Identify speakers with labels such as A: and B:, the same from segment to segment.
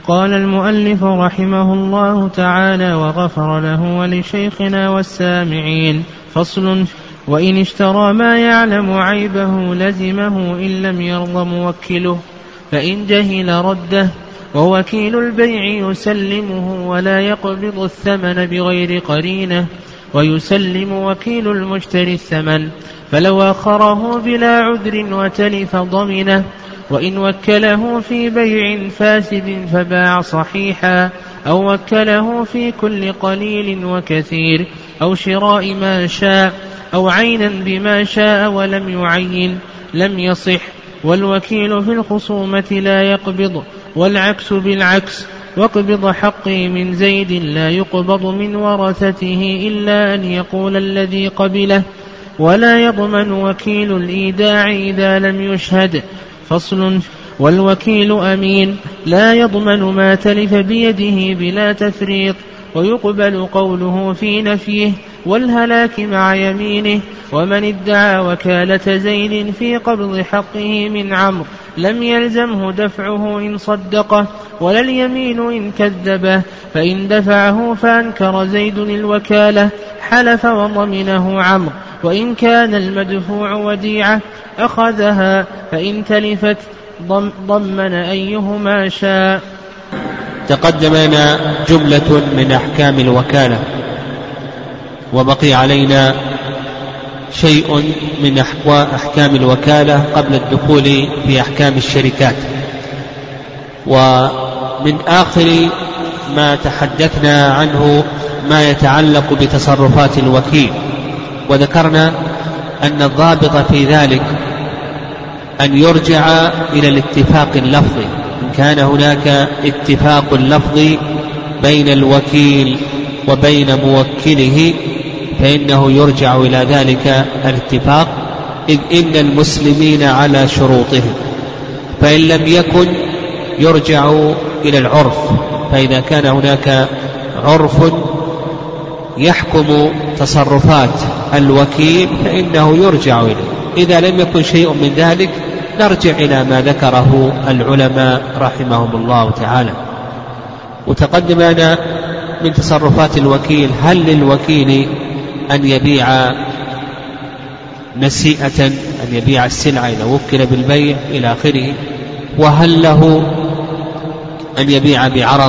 A: قال المؤلف رحمه الله تعالى وغفر له ولشيخنا والسامعين. فصل. وإن اشترى ما يعلم عيبه لزمه إن لم يرض موكله، فإن جهل رده، ووكيل البيع يسلمه ولا يقبض الثمن بغير قرينة، ويسلم وكيل المشتري الثمن، فلو أخره بلا عذر وتلف ضمنه. وإن وكله في بيع فاسد فباع صحيحا، أو وكله في كل قليل وكثير، أو شراء ما شاء، أو عينا بما شاء ولم يعين، لم يصح. والوكيل في الخصومة لا يقبض، والعكس بالعكس. واقبض حقي من زيد لا يقبض من ورثته إلا أن يقول الذي قبله، ولا يضمن وكيل الإيداع إذا لم يشهد. فصل. والوكيل أمين لا يضمن ما تلف بيده بلا تفريط، ويقبل قوله في نفيه والهلاك مع يمينه. ومن ادعى وكالة زيد في قبض حقه من عمرو لم يلزمه دفعه إن صدقه، ولا اليمين إن كذبه، فإن دفعه فأنكر زيد الوكالة حلف وضمنه عمرو. وإن كان المدفوع وديعة أخذها، فإن تلفت ضمن أيهما شاء.
B: تقدمنا جملة من أحكام الوكالة، وبقي علينا شيء من أحكام الوكالة قبل الدخول في أحكام الشركات. ومن آخر ما تحدثنا عنه ما يتعلق بتصرفات الوكيل، وذكرنا أن الضابط في ذلك أن يرجع إلى الاتفاق اللفظي. إن كان هناك اتفاق لفظي بين الوكيل وبين موكله فإنه يرجع إلى ذلك الاتفاق، إذ إن المسلمين على شروطهم. فإن لم يكن يرجع إلى العرف، فإذا كان هناك عرف يحكم تصرفات الوكيل فإنه يرجع إليه. إذا لم يكن شيء من ذلك نرجع إلى ما ذكره العلماء رحمهم الله تعالى. وتقدم لنا من تصرفات الوكيل هل للوكيل أن يبيع نسيئة، أن يبيع السلعة إذا وكل بالبيع إلى آخره، وهل له أن يبيع بعرض،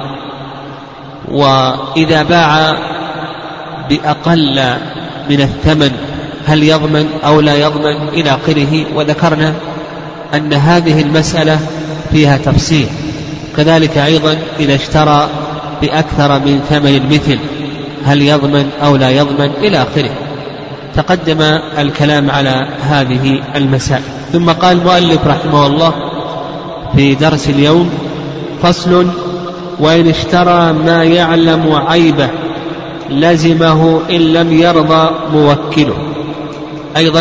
B: وإذا باع بأقل من الثمن هل يضمن أو لا يضمن إلى آخره. وذكرنا أن هذه المسألة فيها تفصيل. كذلك أيضا إذا اشترى بأكثر من ثمن المثل هل يضمن أو لا يضمن إلى آخره. تقدم الكلام على هذه المسائل. ثم قال المؤلف رحمه الله في درس اليوم: فصل. وإن اشترى ما يعلم عيبه لزمه إن لم يرضى موكله. أيضا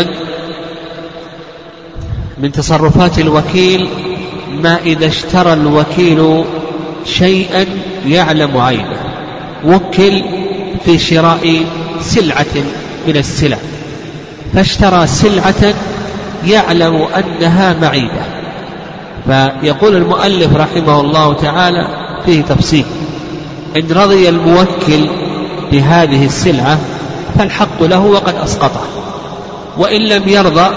B: من تصرفات الوكيل ما إذا اشترى الوكيل شيئا يعلم عيبه، وكل في شراء سلعة من السلع، فاشترى سلعة يعلم أنها معيبة. فيقول المؤلف رحمه الله تعالى فيه تفصيل: إن رضي الموكل بهذه السلعة فالحق له وقد أسقطه، وإن لم يرضى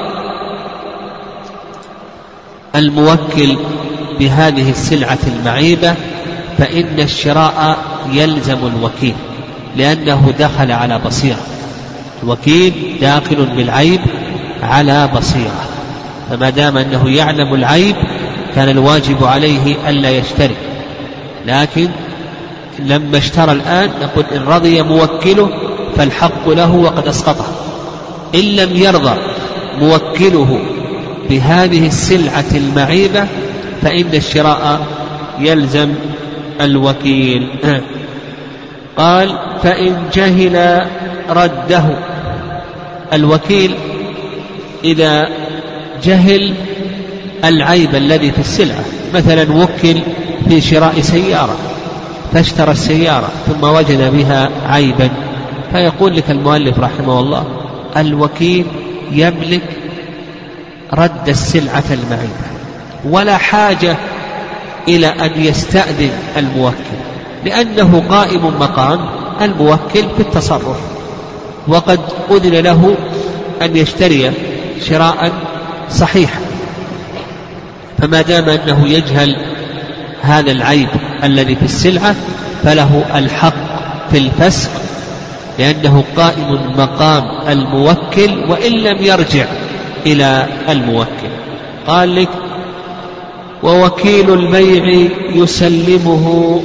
B: الموكل بهذه السلعة المعيبة فإن الشراء يلزم الوكيل، لأنه دخل على بصيرة. الوكيل داخل بالعيب على بصيرة، فما دام أنه يعلم العيب كان الواجب عليه ألا يشتري. لكن لما اشترى الآن نقول إن رضي موكله فالحق له وقد أسقطه. إن لم يرضى موكله بهذه السلعة المعيبة فإن الشراء يلزم الوكيل. قال: فإن جهل رده. الوكيل إذا جهل العيب الذي في السلعة، مثلا وكل في شراء سيارة فاشترى السيارة ثم وجد بها عيبا، فيقول لك المؤلف رحمه الله: الوكيل يملك رد السلعة المعيبة، ولا حاجة إلى أن يستأذن الموكل، لأنه قائم مقام الموكل في التصرف، وقد أذن له أن يشتري شراء صحيحا. فما دام أنه يجهل هذا العيب الذي في السلعة فله الحق في الفسق، لأنه قائم مقام الموكل وإن لم يرجع إلى الموكل. قال لك: ووكيل البيع يسلمه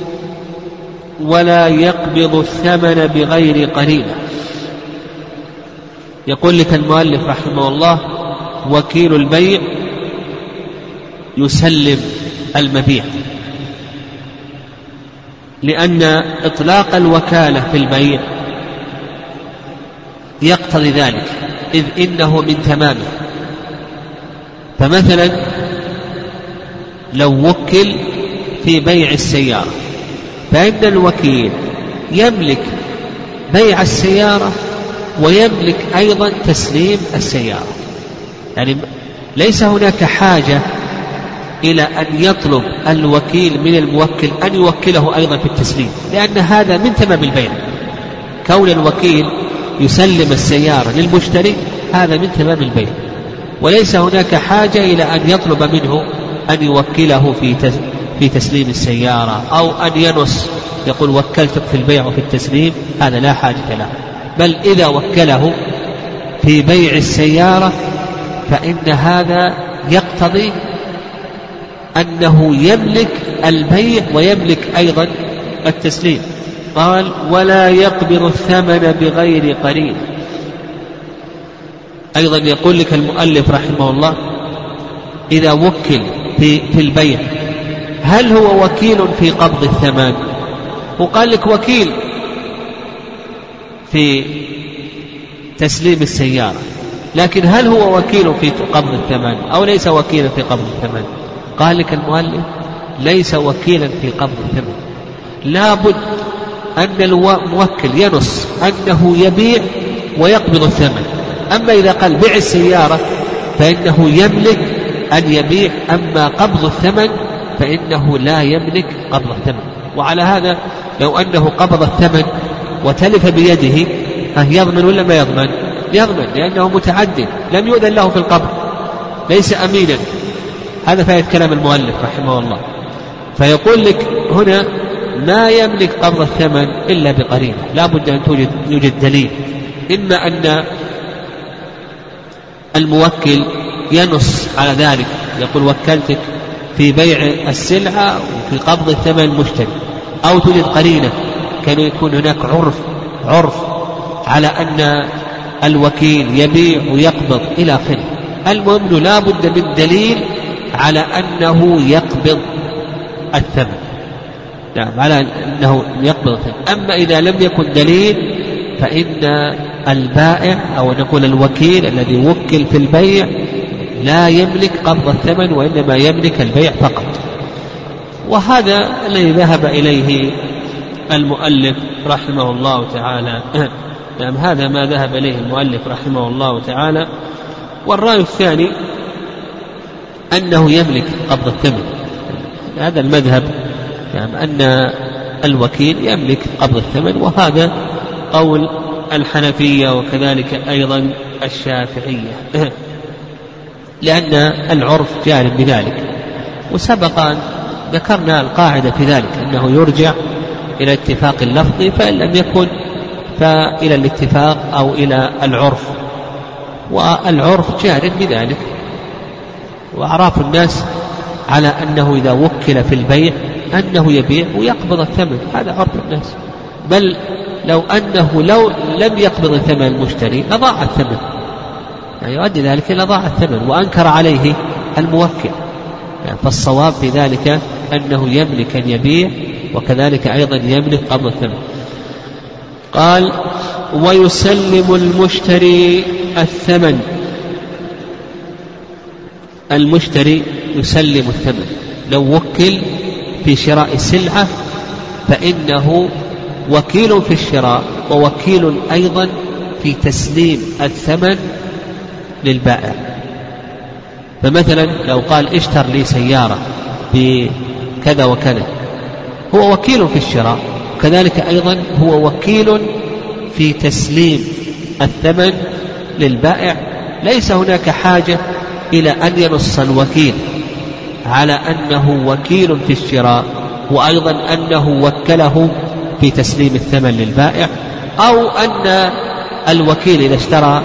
B: ولا يقبض الثمن بغير قرينة. يقول لك المؤلف رحمه الله: وكيل البيع يسلم المبيع، لأن إطلاق الوكالة في البيع يقتضي ذلك، إذ إنه من تمامه. فمثلا لو وكل في بيع السيارة فإن الوكيل يملك بيع السيارة ويملك أيضا تسليم السيارة، يعني ليس هناك حاجة إلى أن يطلب الوكيل من الموكل أن يوكله أيضا في التسليم، لأن هذا من تمام البيع. كون الوكيل يسلم السيارة للمشتري هذا من تمام البيع، وليس هناك حاجة إلى أن يطلب منه أن يوكله في تسليم السيارة، أو أن ينص يقول وكلتك في البيع وفي التسليم، هذا لا حاجة له. بل إذا وكله في بيع السيارة فإن هذا يقتضي أنه يملك البيع ويملك أيضا التسليم. قال: ولا يقبض الثمن بغير قرين. أيضا يقول لك المؤلف رحمه الله: إذا وكل في البيع هل هو وكيل في قبض الثمن؟ وقال لك وكيل في تسليم السيارة، لكن هل هو وكيل في قبض الثمن أو ليس وكيلا في قبض الثمن؟ قال لك المؤلف: ليس وكيلا في قبض الثمن، لا بد أن الموكل ينص أنه يبيع ويقبض الثمن. أما إذا قال بيع السيارة فإنه يملك أن يبيع، أما قبض الثمن فإنه لا يملك قبض الثمن. وعلى هذا لو أنه قبض الثمن وتلف بيده يضمن ولا ما يضمن؟ يضمن، لأنه متعدد لم يؤذن له في القبض، ليس أمينا. هذا فائدة كلام المؤلف رحمه الله. فيقول لك هنا: ما يملك قبض الثمن إلا بقرينة، لا بد أن يوجد دليل، إما أن الموكل ينص على ذلك، يقول وكلتك في بيع السلعة وفي قبض الثمن المشتري، أو توجد قرينة، كان يكون هناك عرف على أن الوكيل يبيع ويقبض إلى آخره. المهم لا بد من دليل على أنه يقبض الثمن، نعم، على أنه يقبض الثمن. أما إذا لم يكن دليل فإن البائع أو نقول الوكيل الذي وكل في البيع لا يملك قبض الثمن، وإنما يملك البيع فقط. وهذا الذي ذهب إليه المؤلف رحمه الله تعالى، نعم، هذا ما ذهب إليه المؤلف رحمه الله تعالى. والرأي الثاني أنه يملك قبض الثمن، هذا المذهب، نعم، أن الوكيل يملك قبض الثمن، وهذا قول الحنفية وكذلك أيضا الشافعية، لأن العرف جار بذلك. وسبق أن ذكرنا القاعدة في ذلك، أنه يرجع إلى اتفاق اللفظ، فإن لم يكن فإلى الاتفاق أو إلى العرف، والعرف جار بذلك. وأعراف الناس على أنه إذا وكل في البيع أنه يبيع ويقبض الثمن، هذا عرف الناس. بل لو أنه لو لم يقبض الثمن المشتري لضاع الثمن، يعني يؤدي ذلك إلى ضاع الثمن، وأنكر عليه الموكل. يعني فالصواب في ذلك أنه يملك أن يبيع، وكذلك أيضا يملك قبض الثمن. قال: ويسلم المشتري الثمن. المشتري يسلم الثمن، لو وكل في شراء سلعة فإنه وكيل في الشراء ووكيل أيضا في تسليم الثمن للبائع. فمثلا لو قال اشتر لي سيارة كذا وكذا، هو وكيل في الشراء، وكذلك أيضا هو وكيل في تسليم الثمن للبائع. ليس هناك حاجة إلى أن ينص الوكيل على أنه وكيل في الشراء وأيضا أنه وكله في تسليم الثمن للبائع، أو أن الوكيل إذا اشترى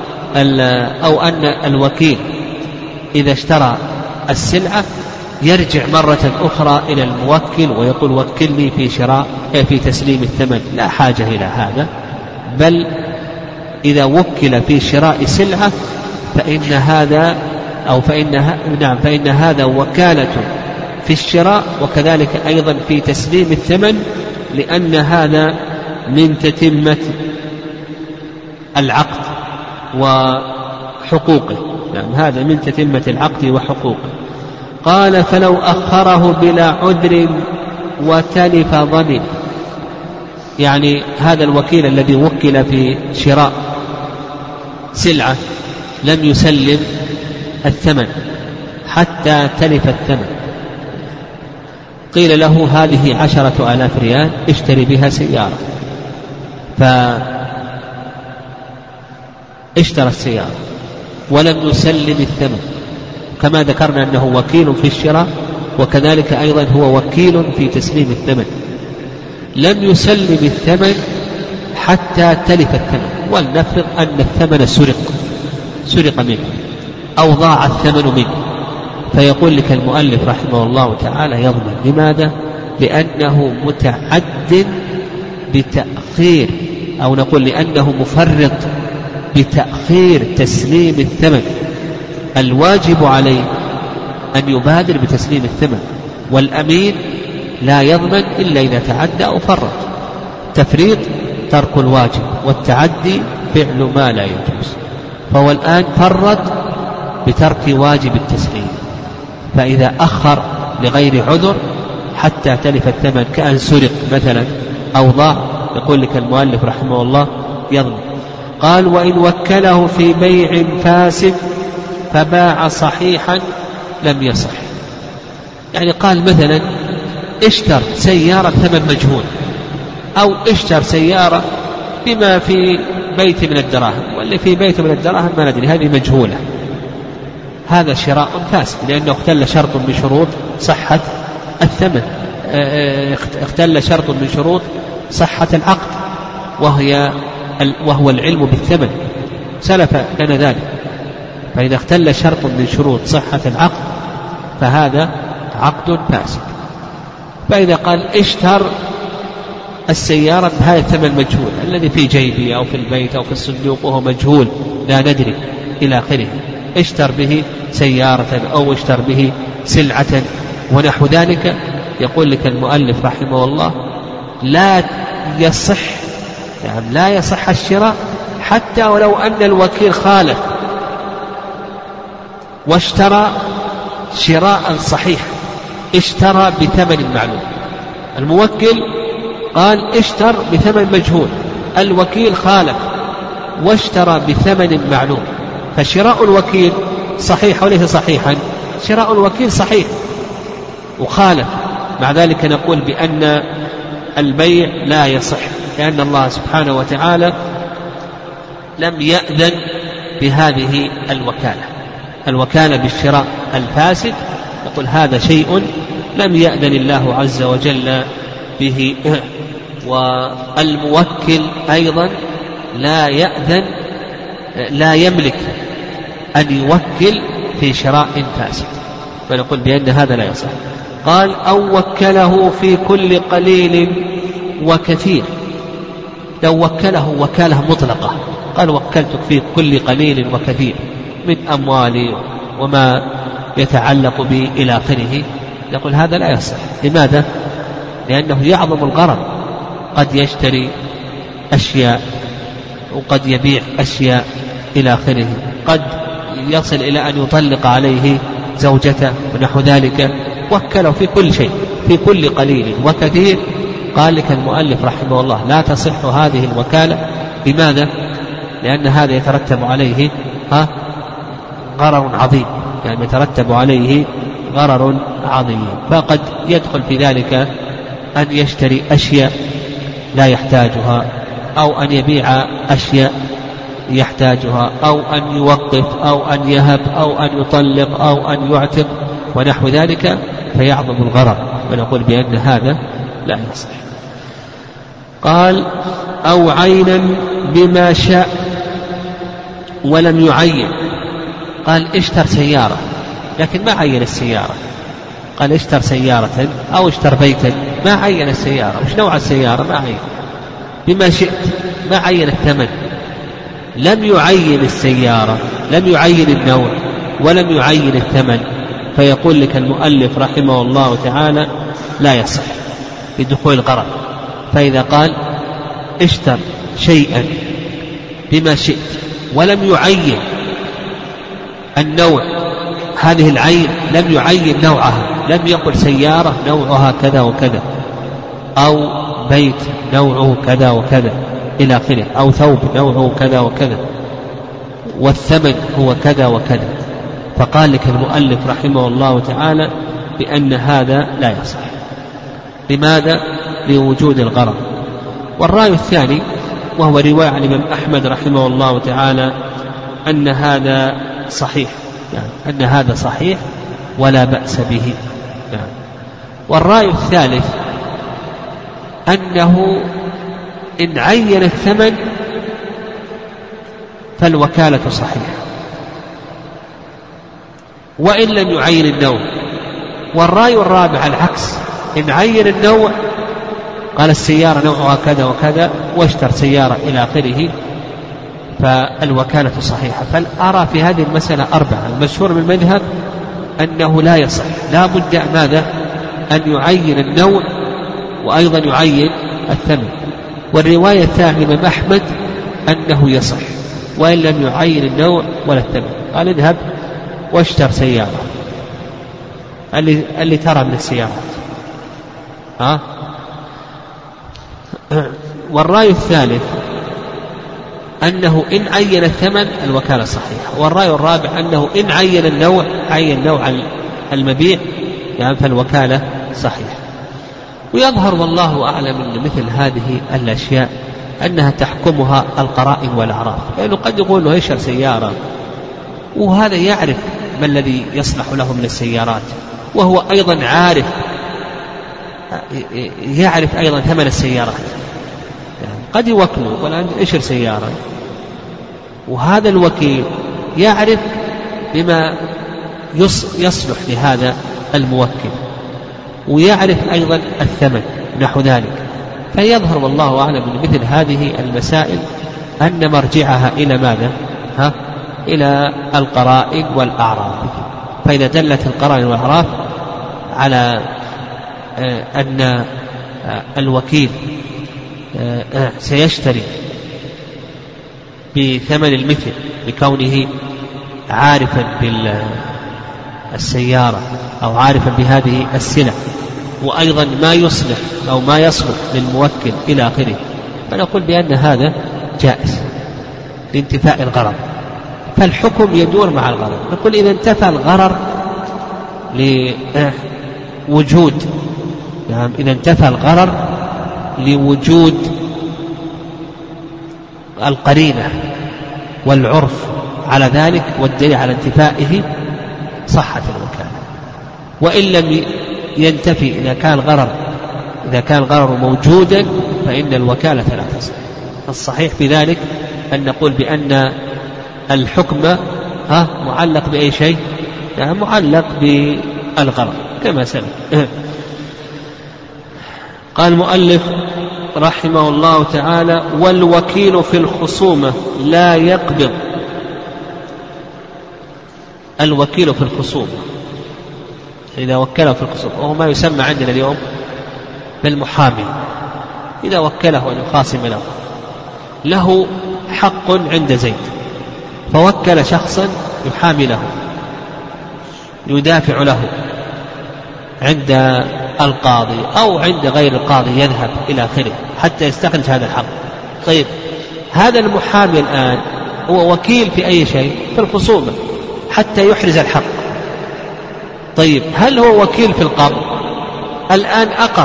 B: إذا اشترى السلعة يرجع مرة أخرى إلى الموكل ويقول وكلني في تسليم الثمن. لا حاجة إلى هذا، بل إذا وكل في شراء سلعة فإن هذا وكالة في الشراء، وكذلك أيضا في تسليم الثمن، لأن هذا من تتمة العقد وحقوقه. هذا من تتمة العقد وحقوقه. قال فلو أخره بلا عذر وتلف ضمن، يعني هذا الوكيل الذي وكل في شراء سلعة لم يسلم الثمن حتى تلف الثمن، قيل له هذه 10,000 ريال اشتري بها سيارة، فاشترى السيارة ولم يسلم الثمن، كما ذكرنا أنه وكيل في الشراء وكذلك أيضا هو وكيل في تسليم الثمن، لم يسلم الثمن حتى تلف الثمن. ولنفرض أن الثمن سرق منه أو ضاع الثمن منه، فيقول لك المؤلف رحمه الله تعالى يضمن. لماذا؟ لأنه متعد بتأخير، أو نقول لأنه مفرط بتأخير تسليم الثمن. الواجب عليه أن يبادر بتسليم الثمن، والأمين لا يضمن إلا إذا تعدى أو فرط. تفريط ترك الواجب، والتعدي فعل ما لا يجوز. فهو الآن فرط بترك واجب التسليم، فإذا أخر لغير عذر حتى تلف الثمن كأن سرق مثلا أو ضاع، يقول لك المؤلف رحمه الله يضمن. قال وإن وكله في بيع فاسد فباع صحيحا لم يصح. يعني قال مثلا اشتر سيارة ثمن مجهول، أو اشتر سيارة بما في بيت من الدراهم، واللي في بيت من الدراهم ما ندري، هذه مجهولة، هذا شراء فاسد لأنه اختل شرط من شروط صحة الثمن، اختل شرط من شروط صحة العقد، وهو العلم بالثمن، سلف لنا ذلك. فإذا اختل شرط من شروط صحة العقد فهذا عقد فاسد. فإذا قال اشتر السيارة بهذا الثمن مجهول الذي في جيبي أو في البيت أو في الصندوق وهو مجهول لا ندري إلى آخره، اشتر به سيارة أو اشتر به سلعة ونحو ذلك، يقول لك المؤلف رحمه الله لا يصح الشراء حتى ولو أن الوكيل خالف واشترى شراء صحيح، اشترى بثمن معلوم. الموكل قال اشتر بثمن مجهول، الوكيل خالف واشترى بثمن معلوم، فشراء الوكيل صحيح وليس صحيحا؟ شراء الوكيل صحيح وخالف، مع ذلك نقول بأن البيع لا يصح، لأن الله سبحانه وتعالى لم يأذن بهذه الوكالة بالشراء الفاسد. نقول هذا شيء لم يأذن الله عز وجل به. والموكل أيضا لا يملك أن يوكل في شراء فاسد، فنقول بأن هذا لا يصح. قال أو وكله في كل قليل وكثير، لو وكله وكالة مطلقة، قال وكلتك في كل قليل وكثير من أموالي وما يتعلق بي إلى آخره، نقول هذا لا يصح. لماذا؟ لأنه يعظم الغرض، قد يشتري أشياء وقد يبيع أشياء إلى آخره، قد يصل إلى أن يطلق عليه زوجته ونحو ذلك، وكله في كل شيء في كل قليل وكثير. قال لك المؤلف رحمه الله لا تصح هذه الوكالة. لماذا؟ لأن هذا يترتب عليه غرر عظيم، يعني يترتب عليه غرر عظيم. فقد يدخل في ذلك أن يشتري أشياء لا يحتاجها، أو أن يبيع أشياء يحتاجها، أو أن يوقف، أو أن يهب، أو أن يطلق، أو أن يعتق ونحو ذلك، فيعظم الغرر، ونقول بأن هذا لا يصح. قال: أو عينا بما شاء ولم يعين. قال: اشتر سيارة، لكن ما عين السيارة. قال: اشتر سيارة أو اشتر بيتا، ما عين السيارة، وش نوع السيارة ما عين. بما شئت، ما عين الثمن، لم يعين السيارة، لم يعين النوع، ولم يعين الثمن، فيقول لك المؤلف رحمه الله تعالى لا يصح بدخول الغرر. فإذا قال: اشتر شيئا بما شئت ولم يعين النوع، هذه العين لم يعين نوعها، لم يقل سيارة نوعها كذا وكذا، أو بيت نوعه كذا وكذا إلى آخره، أو ثوب نوعه كذا وكذا، والثمن هو كذا وكذا، فقال لك المؤلف رحمه الله تعالى بأن هذا لا يصح. لماذا؟ لوجود الغرر. والرأي الثاني، وهو رواية عن الإمام أحمد رحمه الله تعالى، أن هذا صحيح، يعني أن هذا صحيح ولا بأس به. يعني والرأي الثالث أنه إن عين الثمن فالوكالة صحيحة، وإن لم يعين النوع. والرأي الرابع العكس، إن عين النوع قال السيارة نوعها كذا وكذا واشتر سيارة إلى آخره، فالوكالة صحيحة. فأرى في هذه المسألة أربعة. المشهور من المذهب أنه لا يصح، لا بد ماذا؟ أن يعين النوع وأيضا يعين الثمن. والرواية الثانية من أحمد أنه يصح وإن لم يعين النوع ولا الثمن. قال: اذهب واشتر سيارة، اللي ترى من السيارات. والرأي الثالث أنه إن عين الثمن الوكالة صحيحة. والرأي الرابع أنه إن عين النوع، عين نوع المبيع، يعني فالوكالة صحيحة. ويظهر والله أعلم أن مثل هذه الأشياء أنها تحكمها القرائن والأعراف، لأنه قد يقول له يشتري سيارة وهذا يعرف ما الذي يصلح له من السيارات، وهو أيضا يعرف أيضا ثمن السيارات. يعني قد يوكله ولا يشتري سيارة، وهذا الوكيل يعرف بما يصلح لهذا الموكل، ويعرف أيضا الثمن نحو ذلك. فيظهر والله أعلم من مثل هذه المسائل أن مرجعها إلى ماذا؟ إلى القرائن والأعراف. فإذا دلت القرائن والأعراف على أن الوكيل سيشتري بثمن المثل بكونه عارفا بالسيارة أو عارفا بهذه السلع، وأيضا ما يصلح أو ما يصلح للموكل إلى آخره، فنقول بأن هذا جائز لانتفاء الغرر. فالحكم يدور مع الغرر. نقول إذا انتفى الغرر لوجود، يعني إذا انتفى الغرر لوجود القرينة والعرف على ذلك والدليل على انتفائه، صحت الوكالة. وإن لم ينتفي، إذا كان الغرر موجودا فإن الوكالة لا تصح. الصحيح في ذلك أن نقول بأن الحكم معلق بأي شيء، يعني معلق بالغرر كما سلف. قال المؤلف رحمه الله تعالى: والوكيل في الخصومة لا يقبض. الوكيل في الخصومة إذا وكله في الخصومة، وهو ما يسمى عندنا اليوم بالمحامي، إذا وكله أن يخاصم له حق عند زيد، فوكل شخصا يحامي له يدافع له عند القاضي أو عند غير القاضي، يذهب إلى آخره حتى يستخرج هذا الحق. طيب، هذا المحامي الآن هو وكيل في أي شيء؟ في الخصومة، حتى يحرز الحق. طيب هل هو وكيل في القبض؟ الآن أقر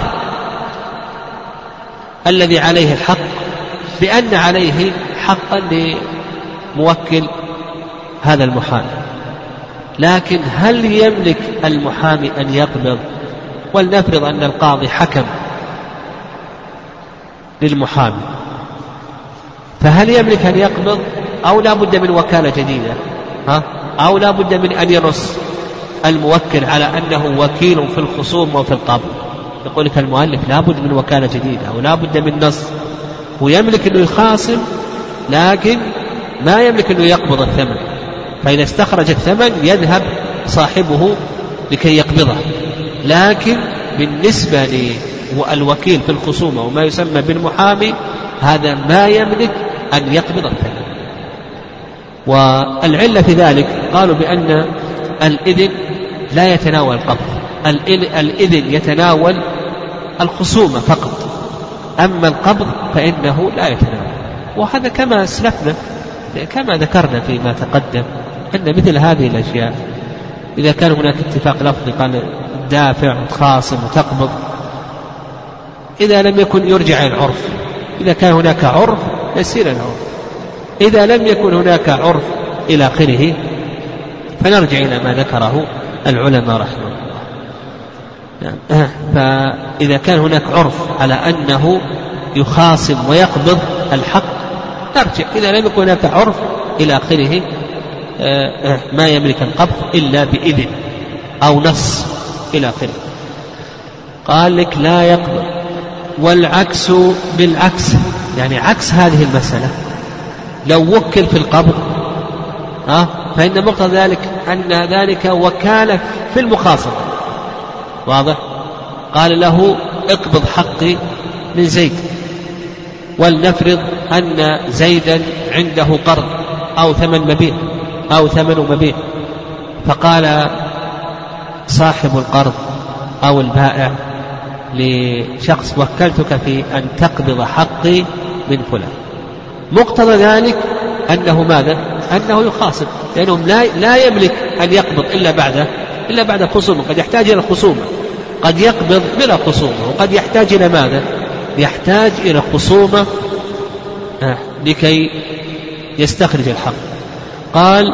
B: الذي عليه الحق بأن عليه حقا لموكل هذا المحامي، لكن هل يملك المحامي أن يقبض؟ ولنفرض أن القاضي حكم للمحامي، فهل يملك أن يقبض أو لا بد من وكالة جديدة؟ أو لا بد من أن ينص الموكل على أنه وكيل في الخصوم وفي القبض؟ يقول لك المؤلف لا بد من وكالة جديدة أو لا بد من نص. ويملك أنه يخاصم لكن ما يملك أنه يقبض الثمن، فإذا استخرج الثمن يذهب صاحبه لكي يقبضه، لكن بالنسبة للوكيل في الخصومة وما يسمى بالمحامي هذا ما يملك أن يقبض الثمن. والعلة في ذلك قالوا بأن الإذن لا يتناول القبض، الإذن يتناول الخصومة فقط، أما القبض فإنه لا يتناول. وهذا كما أسلفنا كما ذكرنا فيما تقدم أن مثل هذه الأشياء إذا كان هناك اتفاق لفظي قال دافع وتخاصم وتقبض، إذا لم يكن يرجع العرف، إذا كان هناك عرف يسير العرف، إذا لم يكن هناك عرف إلى آخره فنرجع إلى ما ذكره العلماء رحمه الله. فإذا كان هناك عرف على أنه يخاصم ويقبض الحق نرجع، إذا لم يكن هناك عرف إلى آخره ما يملك القبض إلا بإذن أو نص إلى آخره. قال لك لا يقبض. والعكس بالعكس، يعني عكس هذه المسألة، لو وكل في القبض فإن مقتضى ذلك أن ذلك وكالة في المخاصمة، واضح؟ قال له اقبض حقي من زيد، ولنفرض أن زيدا عنده قرض أو ثمن مبيع، فقال صاحب القرض أو البائع لشخص وكلتك في أن تقبض حقي من فلان، مقتضى ذلك أنه ماذا؟ أنه يخاصم، لأنه لا يملك أن يقبض إلا بعد خصومة، قد يحتاج إلى خصومة، قد يقبض بلا خصومة، وقد يحتاج إلى ماذا؟ يحتاج إلى خصومة لكي يستخرج الحق. قال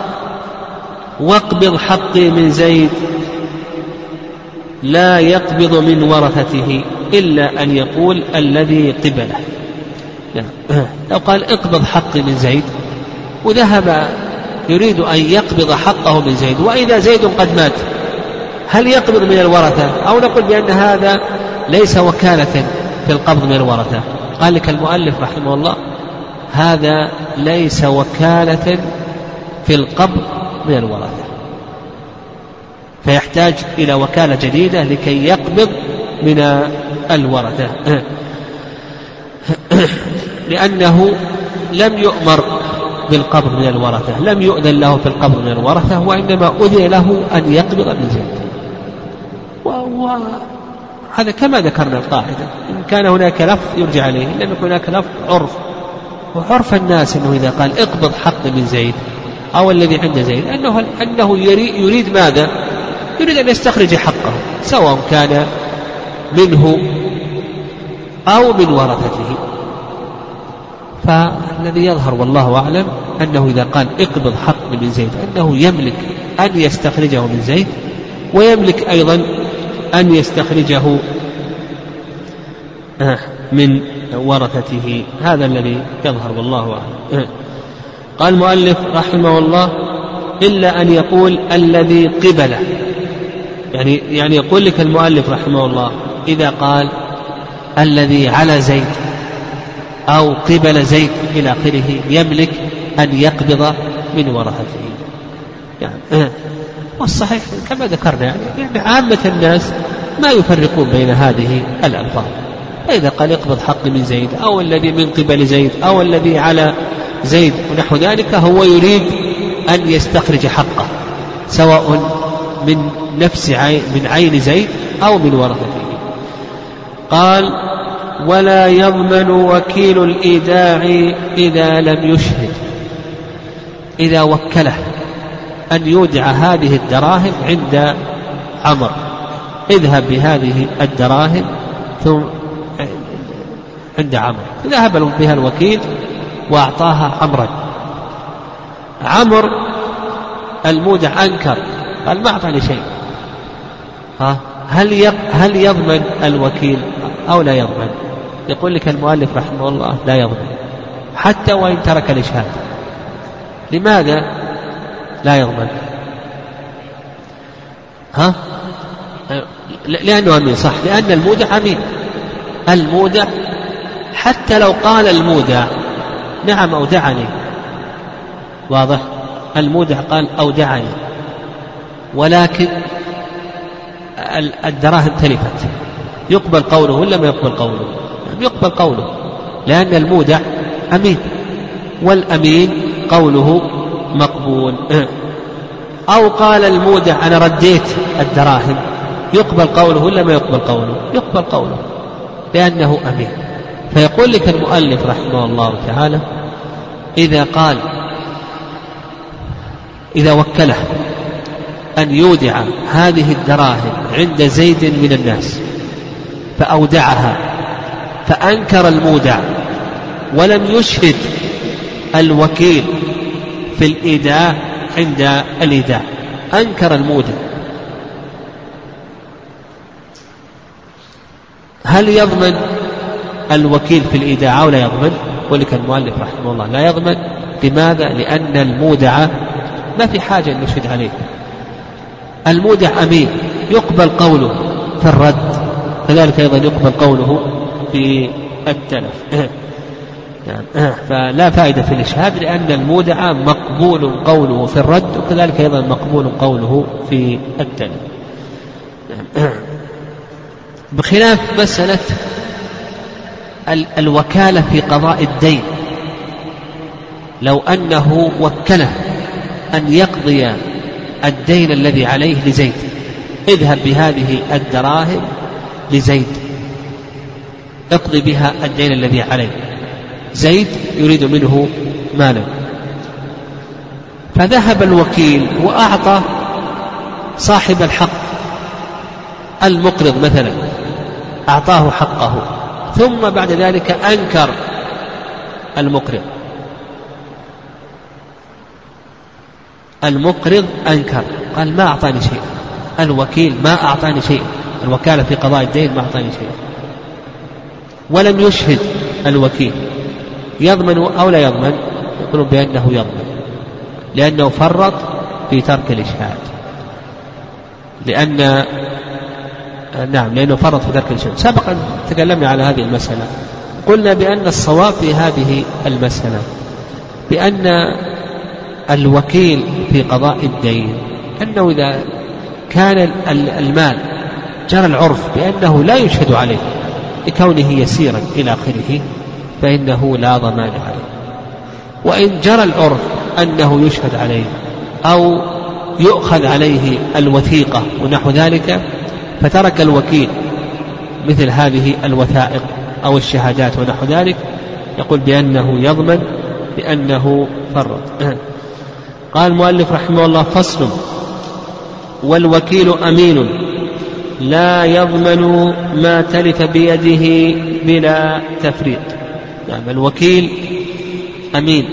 B: واقبض حقي من زيد لا يقبض من ورثته إلا أن يقول الذي قبله. لو قال اقبض حقي من زيد وذهب يريد أن يقبض حقه من زيد، وإذا زيد قد مات، هل يقبض من الورثة أو نقول بأن هذا ليس وكالة في القبض من الورثة؟ قال لك المؤلف رحمه الله هذا ليس وكالة في القبض من الورثة، فيحتاج إلى وكالة جديدة لكي يقبض من الورثة، لأنه لم يؤمر بالقبض من الورثة، لم يؤذن له في القبض من الورثة، وإنما أذن له أن يقبض من زيد. وهذا كما ذكرنا القاعدة، إن كان هناك لفظ يرجع عليه، لم يكن هناك لفظ عرف، وعرف الناس أنه إذا قال اقبض حق من زيد أو الذي عند زيد أنه يريد ماذا؟ يريد أن يستخرج حقه سواء كان منه أو من ورثته. فالذي يظهر والله أعلم أنه إذا قال اقبض حق من زيد أنه يملك أن يستخرجه من زيد، ويملك أيضا أن يستخرجه من ورثته. هذا الذي يظهر والله أعلم. قال المؤلف رحمه الله إلا أن يقول الذي قبله، يعني يقول لك المؤلف رحمه الله إذا قال الذي على زيد أو قبل زيد إلى آخره يملك أن يقبض من ورثته. يعني والصحيح كما ذكرنا يعني عامة الناس ما يفرقون بين هذه الألفاظ، فإذا قال اقبض حق من زيد أو الذي من قبل زيد أو الذي على زيد ونحو ذلك، هو يريد أن يستخرج حقه سواء من من عين زيد أو من ورثته. قال ولا يضمن وكيل الإيداع إذا لم يشهد، إذا وكله أن يودع هذه الدراهم عند عمر اذهب بهذه الدراهم ثم عند عمرو، ذهب بها الوكيل وأعطاها عمرا. عمرو المودع أنكر قال ما أعطاني شيء، هل يضمن الوكيل أو لا يضمن؟ يقول لك المؤلف رحمه الله لا يضمن حتى وإن ترك الإشهاد. لماذا لا يضمن؟ لأنه أمين، صح، لأن المودع أمين. المودع حتى لو قال المودع نعم أودعني، واضح، المودع قال أودعني، ولكن الدراهم تلفت، يقبل قوله ولا ما يقبل قوله؟ يقبل قوله، لأن المودع أمين، والأمين قوله مقبول. أو قال المودع أنا رديت الدراهم، يقبل قوله ولا ما يقبل قوله؟ يقبل قوله لأنه أمين. فيقول لك المؤلف رحمه الله تعالى إذا وكله أن يودع هذه الدراهم عند زيد من الناس فأودعها، فأنكر المودع ولم يشهد الوكيل في الإيداع عند الإيداع، أنكر المودع، هل يضمن الوكيل في الإيداع أو لا يضمن؟ ولك المؤلف رحمه الله لا يضمن. لماذا؟ لأن المودع ما في حاجة أن نشهد عليه، المودع أمين، يقبل قوله في الرد، كذلك أيضا يقبل قوله في التلف. فلا فائدة في الإشهاد، لأن المودع مقبول قوله في الرد، وكذلك أيضا مقبول قوله في التلف، بخلاف مسألة الوكالة في قضاء الدين. لو أنه وكله أن يقضي الدين الذي عليه لزيد، اذهب بهذه الدراهم لزيد اقضي بها الدين الذي عليه، زيد يريد منه مالا، فذهب الوكيل وأعطى صاحب الحق المقرض مثلا، أعطاه حقه، ثم بعد ذلك أنكر المقرض أنكر، قال ما أعطاني شيء، الوكيل ما أعطاني شيء، الوكالة في قضاء الدين ما أعطاني شيء، ولم يشهد الوكيل، يضمن أو لا يضمن؟ يقولون بأنه يضمن، لأنه فرط في ترك الإشهاد، لأنه فرط في ترك الإشهاد. سبقا تكلمنا على هذه المسألة، قلنا بأن الصواب في هذه المسألة بأن الوكيل في قضاء الدين أنه إذا كان المال جرى العرف بأنه لا يشهد عليه لكونه يسيرا إلى آخره فإنه لا ضمان عليه، وإن جرى العرف أنه يشهد عليه أو يؤخذ عليه الوثيقة ونحو ذلك فترك الوكيل مثل هذه الوثائق أو الشهادات ونحو ذلك، يقول بأنه يضمن بأنه فرط. قال المؤلف رحمه الله: فصل: والوكيل أمين لا يضمن ما تلف بيده بلا تفريط. يعني الوكيل أمين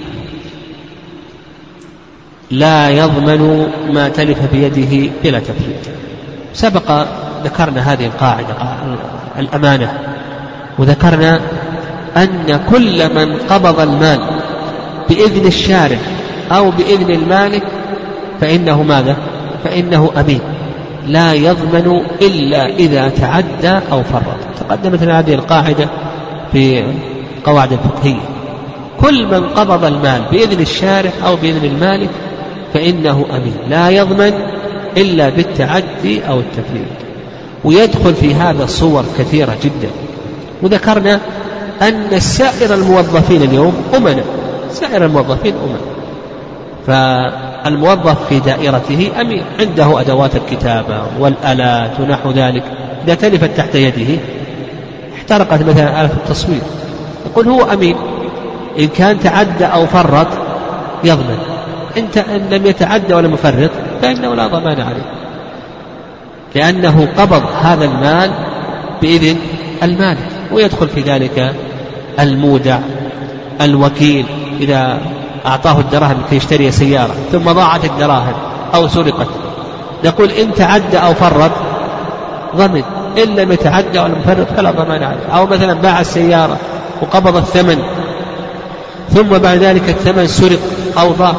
B: لا يضمن ما تلف بيده بلا تفريط. سبق ذكرنا هذه القاعدة الأمانة، وذكرنا أن كل من قبض المال بإذن الشارع أو بإذن المالك فإنه ماذا؟ فإنه أمين لا يضمن إلا إذا تعدى أو فرط. تقدمت هذه القاعدة في قواعد الفقهية، كل من قبض المال بإذن الشارع أو بإذن المالك فإنه أمين لا يضمن إلا بالتعدي أو التفريط. ويدخل في هذا صور كثيرة جدا، وذكرنا أن سائر الموظفين اليوم أمنا، سائر الموظفين أمنا، فالموظف في دائرته أمين، عنده أدوات الكتابة والآلات ونحو ذلك، إذا تلفت تحت يده احترقت مثلا آلة التصوير يقول هو أمين، إن كان تعدى أو فرط يضمن، إن لم يتعدى ولم يفرط فإنه لا ضمان عليه. لأنه قبض هذا المال بإذن المالك. ويدخل في ذلك المودع، الوكيل إذا أعطاه الدراهم كي يشتري سيارة ثم ضاعت الدراهم أو سرقت، نقول إن تعدى أو فرط ضمن، إن لم يتعدى أو لم يفرط فلا ضمان عليه. أو مثلا باع السيارة وقبض الثمن ثم بعد ذلك الثمن سرق أو ضاع،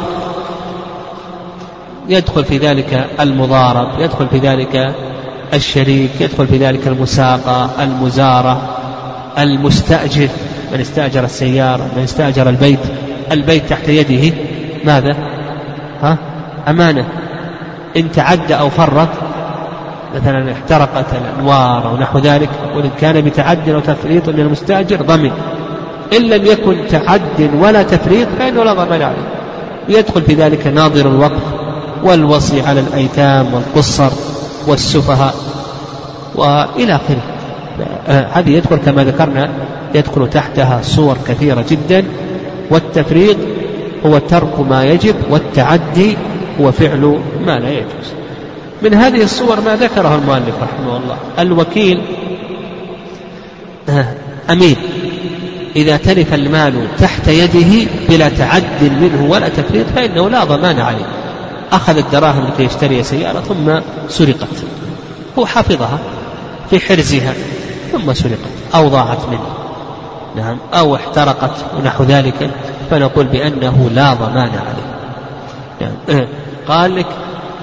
B: يدخل في ذلك المضارب، يدخل في ذلك الشريك، يدخل في ذلك المساقة، المزارة، المستأجر، من استأجر السيارة، من استأجر البيت تحت يده ماذا؟ أمانة، إن تعدى أو فرط مثلا احترقت الأنوار أو نحو ذلك، وإن كان بتعد أو تفريط من المستأجر ضمن، إن لم يكن تعد ولا تفريط فإنه لا ضمان عليه. يدخل في ذلك ناظر الوقف والوصي على الأيتام والقصر والسفهاء وإلى آخره. هذه يدخل كما ذكرنا يدخل تحتها صور كثيرة جدا. والتفريط هو ترك ما يجب، والتعدي هو فعل ما لا يجوز. من هذه الصور ما ذكره المؤلف رحمه الله: الوكيل أمين إذا تلف المال تحت يده بلا تعد منه ولا تفريط فإنه لا ضمان عليه. أخذ الدراهم لكي يشتري سيارة ثم سرقت، هو حفظها في حرزها ثم سرقت أو ضاعت منه، نعم، أو احترقت ونحو ذلك، فنقول بأنه لا ضمان عليه. يعني قال لك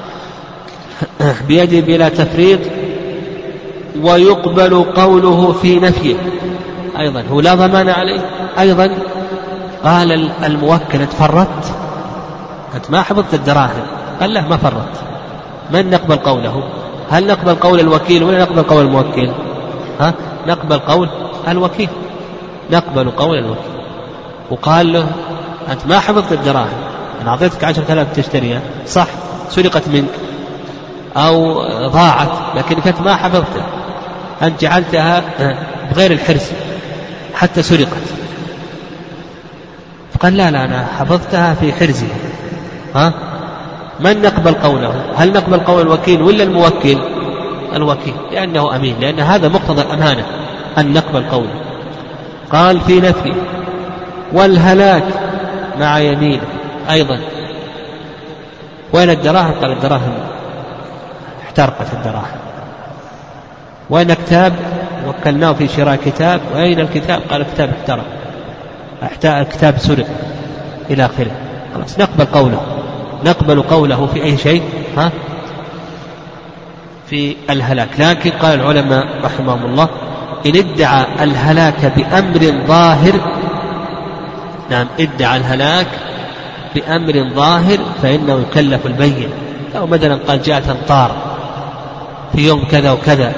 B: بيده بلا تفريط، ويقبل قوله في نفيه، أيضا هو لا ضمان عليه. أيضا قال الموكل: اتفرطت، أنت ما حفظت الدراهم، قال له ما فرط. من نقبل قوله؟ هل نقبل قول الوكيل ولا نقبل قول الموكل؟ نقبل قول الوكيل، نقبل قول الوكيل. وقال له: أنت ما حفظت الدراهم، أنا أعطيتك 10,000 تشتريها، صح، سرقت منك أو ضاعت لكنك أنت ما حفظتها، أنت جعلتها بغير الحرز حتى سرقت. فقال: لا أنا حفظتها في حرزها. من نقبل قوله؟ هل نقبل قول الوكيل ولا الموكل؟ الوكيل، لأنه أمين، لأن هذا مقتضى الأمانة أن نقبل قوله. قال في نفي. والهلاك مع يمين أيضا. وين الدراهم؟ قال الدراهم احترقت الدراهم. وين كتاب؟ وكلناه في شراء كتاب. وأين الكتاب؟ قال الكتاب احترق، الكتاب سرق، إلى آخره. خلاص نقبل قوله، نقبل قوله في أي شيء في الهلاك. لكن قال العلماء رحمهم الله: إن ادعى الهلاك بأمر ظاهر، نعم، ادعى الهلاك بأمر ظاهر فإنه يكلف البين. أو مثلا قال: جاءت أمطار في يوم كذا وكذا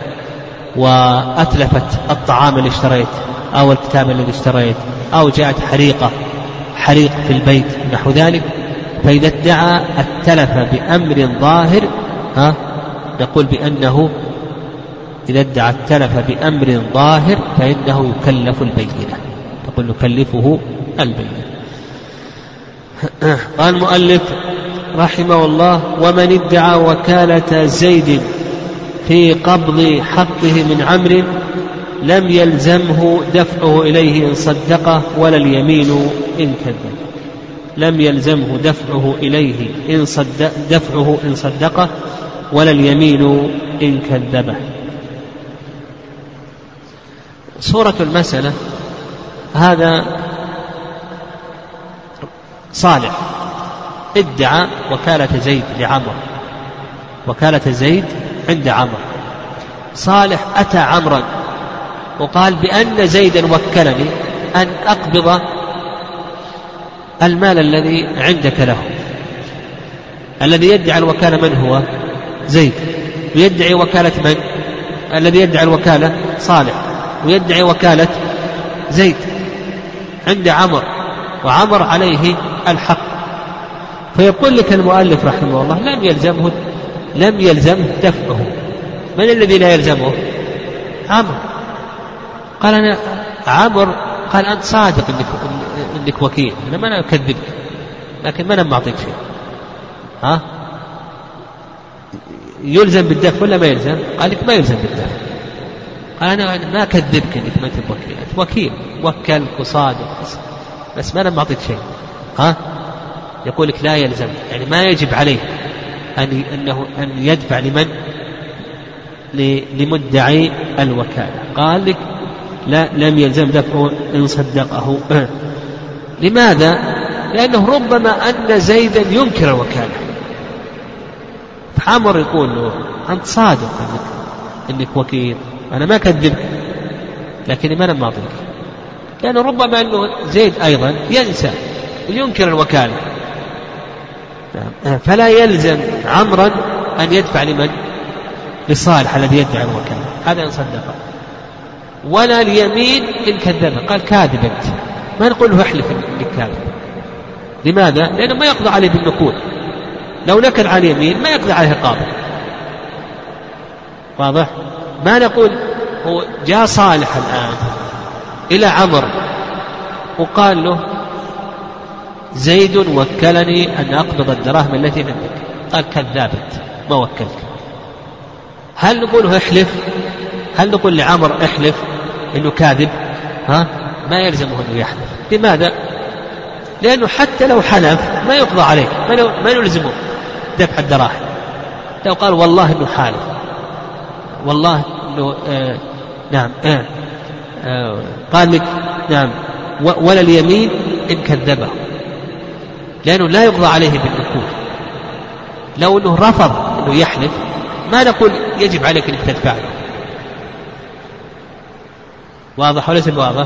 B: وأتلفت الطعام اللي اشتريت أو الكتاب الذي اشتريت، أو جاءت حريق في البيت نحو ذلك، فإذا ادعى التلف بأمر ظاهر نقول بأنه إذا ادعى التلف بأمر ظاهر فإنه يكلف البينة، تقول نكلفه البينة. قال المؤلف رحمه الله: ومن ادعى وكالة زيد في قبض حقه من عمرو لم يلزمه دفعه إليه إن صدقه ولا اليمين إن كذب. لم يلزمه دفعه إليه دفعه إن صدقه ولا اليمين إن كذبه. صورة المسألة: هذا صالح ادعى وكالة زيد لعمر، وكالة زيد عند عمر. صالح أتى عمرا وقال بأن زيدا وكلني أن أقبض المال الذي عندك له. الذي يدعي الوكالة من هو؟ زيد. ويدعي وكالة من؟ الذي يدعي الوكالة صالح، ويدعي وكالة زيد عند عمر، وعمر عليه الحق. فيقول لك المؤلف رحمه الله: لم يلزمه دفعه. من الذي لا يلزمه؟ عمر. قال أنا عمر قال أنت صادق إنك وكيل، أنا ما أكذبك، لكن ما أنا معطيك شيء. يلزم بالدفع ولا ما يلزم؟ قال لك ما يلزم بالدفع. قال أنا ما أكذبك أنك ما أنت وكيل، أنت وكيل وكلك وصادق، بس ما أنا معطيك شيء. يقول لك لا يلزم، يعني ما يجب عليه أن يدفع لمن؟ لمدعي الوكالة. قال لك لا، لم يلزم دفعه إن صدقه. لماذا؟ لأنه ربما أن زيدا ينكر الوكالة، فعمر يقول له أنت صادق أنك وكيل، أنا ما كذبك، لكن ما أنا معطيك، لأنه ربما أنه زيد أيضا ينسى وينكر الوكالة، فلا يلزم عمرا أن يدفع لمن؟ لصالح الذي يدفع الوكالة، هذا إن صدقه. ولا اليمين إن كذبه، قال كاذب أنت، ما نقول له احلف إنك كاذب. لماذا؟ لأنه ما يقضى عليه بالنقود، لو نكر على اليمين ما يقضى عليه القاضي. واضح؟ ما نقول هو جاء صالح الآن إلى عمر وقال له زيد وكلني أن أقبض الدراهم التي عندك، قال كذابت ما وكلت، هل نقوله احلف؟ هل نقول لعمر احلف إنه كاذب؟ ما يلزمه أنه يحلف. لماذا؟ لأنه حتى لو حلف ما يقضى عليه، ما نلزمه دفع الدراهم. لو قال والله إنه حالف، والله إنه نعم قال لك نعم ولا اليمين إن كذبه، لأنه لا يقضى عليه بالنقود. لو أنه رفض أنه يحلف ما نقول يجب عليك أن تدفع له. واضح وليس بواضح؟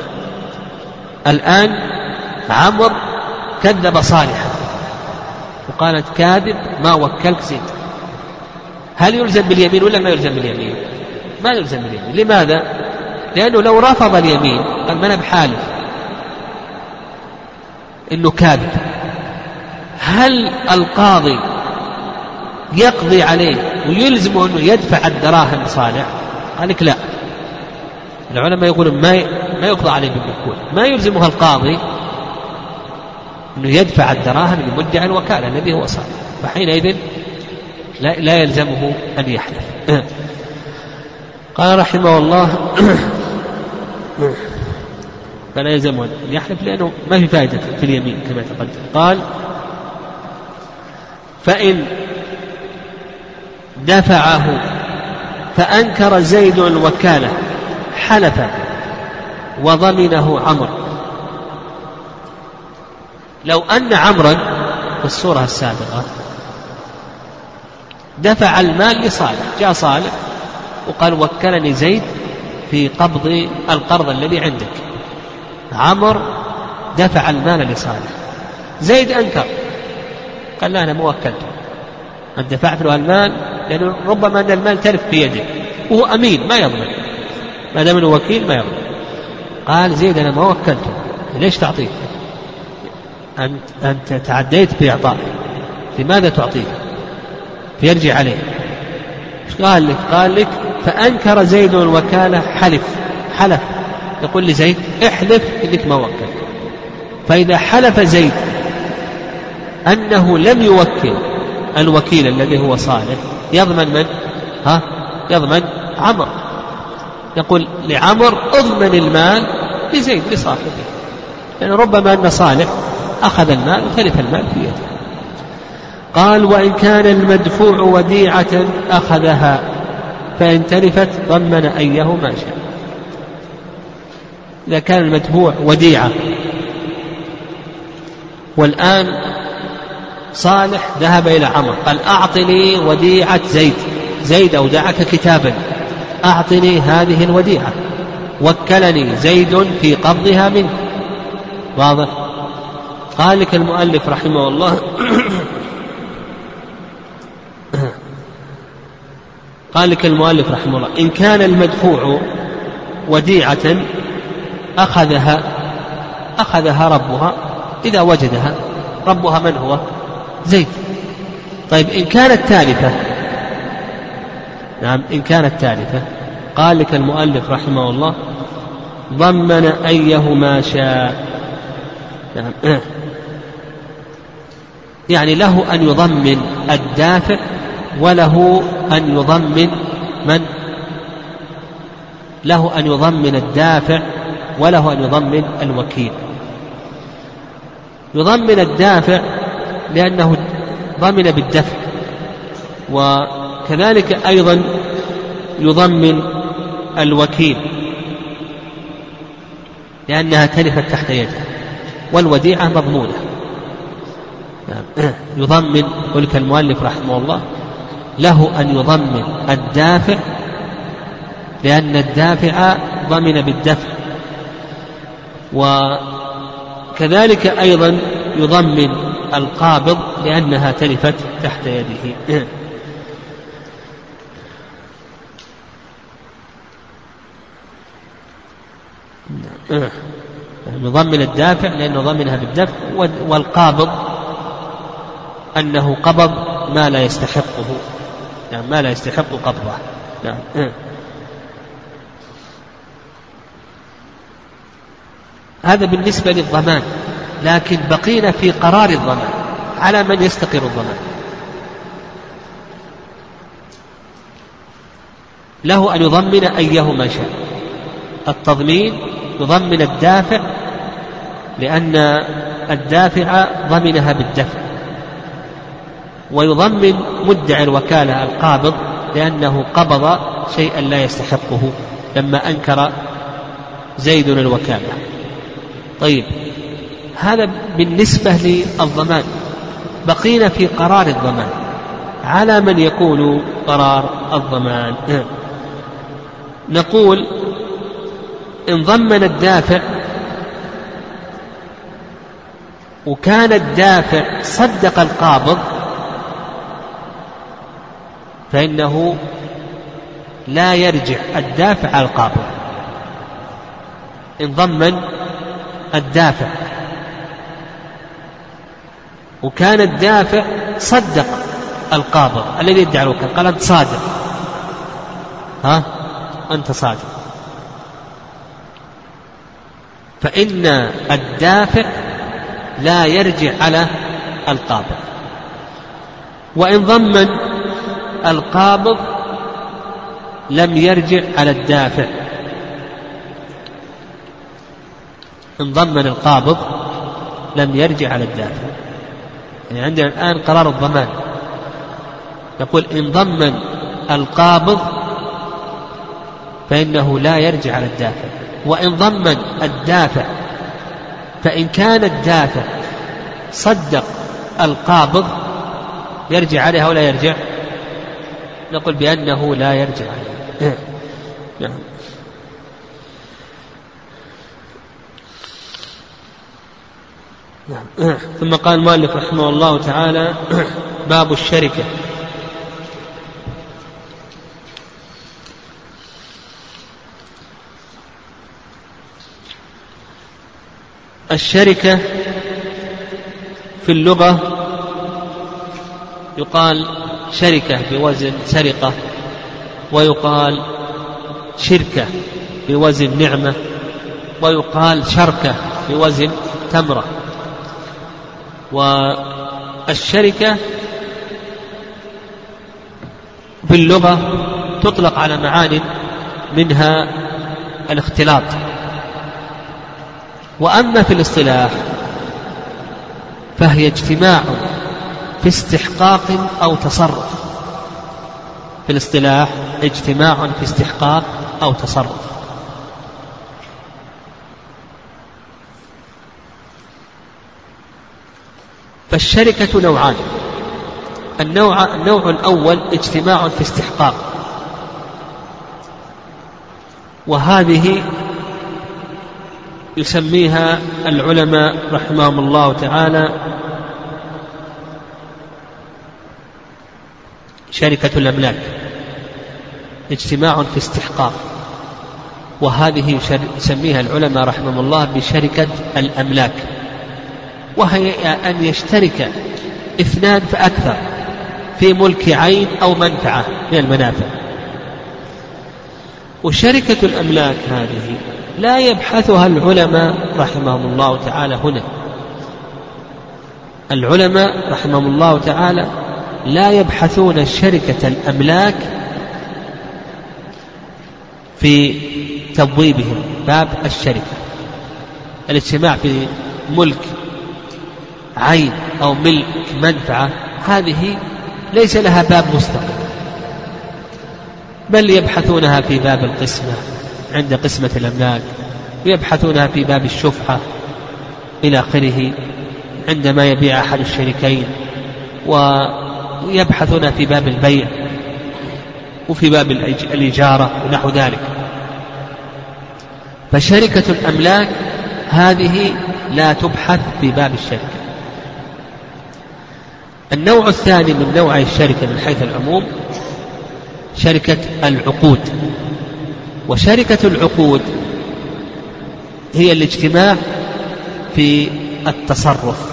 B: الآن عمر كذب صالحا وقالت كاذب ما وكلك زيد، هل يلزم باليمين ولا ما يلزم باليمين؟ ما يلزم باليمين. لماذا؟ لأنه لو رفض اليمين قال ما أنا بحالف إنه كاذب، هل القاضي يقضي عليه ويلزمه أنه يدفع الدراهم صالح؟ قال لك لا، العلماء يقولون ما يقضى عليه بالنقود، ما يلزمه القاضي أنه يدفع الدراهم لمدعي الوكالة الذي هو صالح، فحينئذ لا يلزمه أن يحلف. قال رحمه الله فلا يلزمه أن يحلف لأنه ما في فائدة في اليمين كما تقدم. قال فإن دفعه فأنكر زيد الوكالة حلف وضمنه عمرو. لو أن عمرا في الصورة السابقة دفع المال لصالح، جاء صالح وقال وكلني زيد في قبض القرض الذي عندك، عمر دفع المال لصالح، زيد أنكر قال لا أنا ما وكلته، أن دفعت له المال، لأنه ربما أن المال تلف في يده وهو أمين ما يضمن، ما دام أنه وكيل ما يضمن. قال زيد أنا ما وكلته، ليش تعطيه؟ أنت تعديت في إعطاء، لماذا تعطيه؟ فيرجع عليه. قال لك فأنكر زيد الوكالة حلف يقول لزيد احلف إنك ما وكلت. فإذا حلف زيد أنه لم يوكل الوكيل الذي هو صالح يضمن من؟ يضمن عمر، يقول لعمر اضمن المال لزيد لصاحبه، لأن يعني ربما أن صالح أخذ المال وتلف المال في يده. قال وإن كان المدفوع وديعة أخذها فإن تلفت ضمن أيه ما شاء. إذا كان المدفوع وديعة والآن صالح ذهب إلى عمر قال أعطني وديعة زيد أودعك كتابا، أعطني هذه الوديعة، وكلني زيد في قبضها منك. واضح؟ قال لك المؤلف رحمه الله قال لك المؤلف رحمه الله إن كان المدفوع وديعة أخذها ربها إذا وجدها. ربها من هو؟ زيد. طيب إن كانت تالفة، نعم إن كانت تالفة قال لك المؤلف رحمه الله ضمن أيه ما شاء. يعني له أن يضمن الدافع وله أن يضمن له أن يضمن الدافع وله أن يضمن الوكيل. يضمن الدافع لأنه ضمن بالدفع، وكذلك أيضا يضمن الوكيل لأنها تلفت تحت يده، والوديعة مضمونة. يضمن ولك المؤلف رحمه الله له أن يضمن الدافع لأن الدافع ضمن بالدفع، وكذلك أيضا يضمن القابض لأنها تلفت تحت يده. يضمن الدافع لأنه ضمنها بالدفع، والقابض أنه قبض ما لا يستحقه، يعني ما لا يستحق قبضه. هذا بالنسبة للضمان، لكن بقينا في قرار الضمان على من يستقر الضمان. له أن يضمن أيهما شاء. التضمين يضمن الدافع لأن الدافع ضمنها بالدفع، ويضمن مدعي الوكالة القابض لأنه قبض شيئا لا يستحقه لما أنكر زيد الوكالة. طيب، هذا بالنسبة للضمان. بقينا في قرار الضمان، على من يكون قرار الضمان؟ نقول إن ضمن الدافع وكان الدافع صدق القابض فإنه لا يرجع الدافع على القابض. إن ضمن الدافع وكان الدافع صدق القابض الذي يدعي الوكالة، قال أنت صادق، أنت صادق، فإن الدافع لا يرجع على القابض. وإن ضمن القابض لم يرجع على الدافع. إن ضمن القابض لم يرجع على الدافع. يعني عندنا الآن قرار الضمان، نقول إن ضمن القابض فإنه لا يرجع على الدافع. وإن ضمن الدافع فإن كان الدافع صدق القابض يرجع عليها ولا يرجع؟ نقول بأنه لا يرجع عليها. نعم. ثم قال المؤلف رحمه الله تعالى: باب الشركة. الشركة في اللغة يقال شركة بوزن سرقة، ويقال شركة بوزن نعمة، ويقال شركة بوزن تمرة. والشركة في اللغة تطلق على معان منها الاختلاط. وأما في الاصطلاح فهي اجتماع في استحقاق أو تصرف. في الاصطلاح اجتماع في استحقاق أو تصرف. فالشركة نوعان: النوع الأول اجتماع في استحقاق، وهذه يسميها العلماء رحمهم الله تعالى شركة الأملاك. اجتماع في استحقاق، وهذه يسميها العلماء رحمهم الله بشركة الأملاك، وهي أن يشترك اثنان فأكثر في ملك عين أو منفعة من المنافع. وشركة الأملاك هذه لا يبحثها العلماء رحمهم الله تعالى هنا. العلماء رحمهم الله تعالى لا يبحثون شركة الأملاك في تبويبهم باب الشركة. الاجتماع في ملك عين أو ملك منفعة هذه ليس لها باب مستقل، بل يبحثونها في باب القسمة عند قسمة الأملاك، ويبحثونها في باب الشفعة إلى آخره عندما يبيع أحد الشريكين، ويبحثونها في باب البيع وفي باب الإجارة ونحو ذلك. فشركة الأملاك هذه لا تبحث في باب الشركة. النوع الثاني من نوع الشركة من حيث العموم شركة العقود. وشركة العقود هي الاجتماع في التصرف،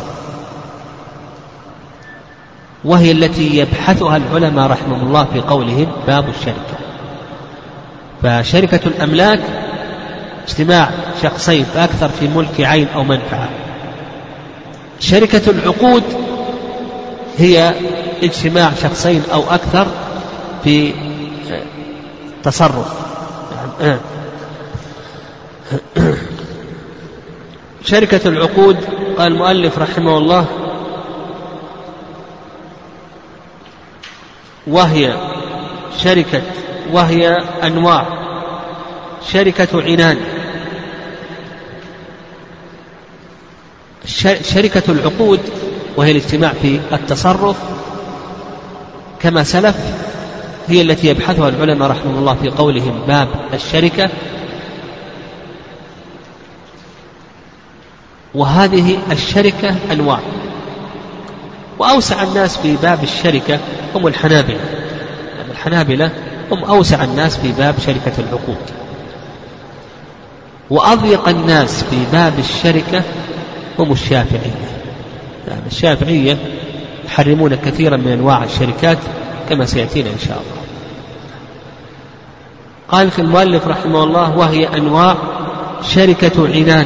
B: وهي التي يبحثها العلماء رحمهم الله في قولهم باب الشركة. فشركة الأملاك اجتماع شخصين فأكثر في ملك عين أو منفعة. شركة العقود هي اجتماع شخصين أو أكثر في تصرف. شركة العقود قال المؤلف رحمه الله وهي أنواع: شركة عنان. شركة العقود وهي الاجتماع في التصرف كما سلف هي التي يبحثها العلماء رحمه الله في قولهم باب الشركة. وهذه الشركة أنواع، وأوسع الناس في باب الشركة هم الحنابلة. الحنابلة هم أوسع الناس في باب شركة العقود، وأضيق الناس في باب الشركة هم الشافعية. الشافعية يحرمون كثيرا من أنواع الشركات كما سيأتينا إن شاء الله. قال في المؤلف رحمه الله وهي أنواع: شركة عنان،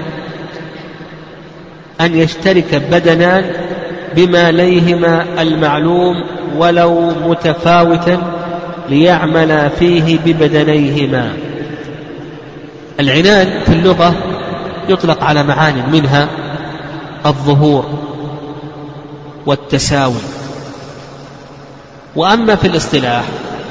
B: أن يشترك بدنان بماليهما المعلوم ولو متفاوتا ليعمل فيه ببدنيهما. العنان في اللغة يطلق على معان منها الظهور والتساوي. وأما في الاصطلاح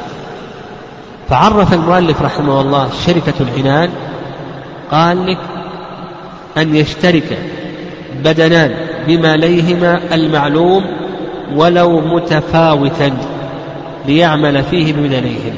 B: فعرف المؤلف رحمه الله شركة العنان، قال لك أن يشترك بدنان بماليهما المعلوم ولو متفاوتا ليعمل فيه ببدنيهما.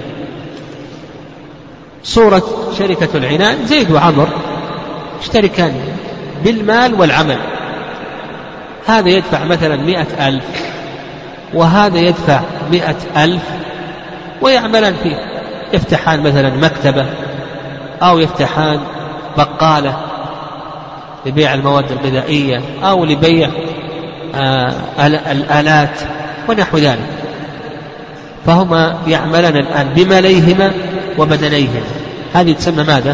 B: صورة شركة العنان: زيد وعمر اشتركان بالمال والعمل، هذا يدفع مثلا 100,000 وهذا يدفع 100,000 ويعملان فيه، يفتحان مثلا مكتبة أو يفتحان بقالة لبيع المواد الغذائية أو لبيع الآلات ونحو ذلك. فهما يعملان الآن بماليهما وبدنيهما. هذه تسمى ماذا؟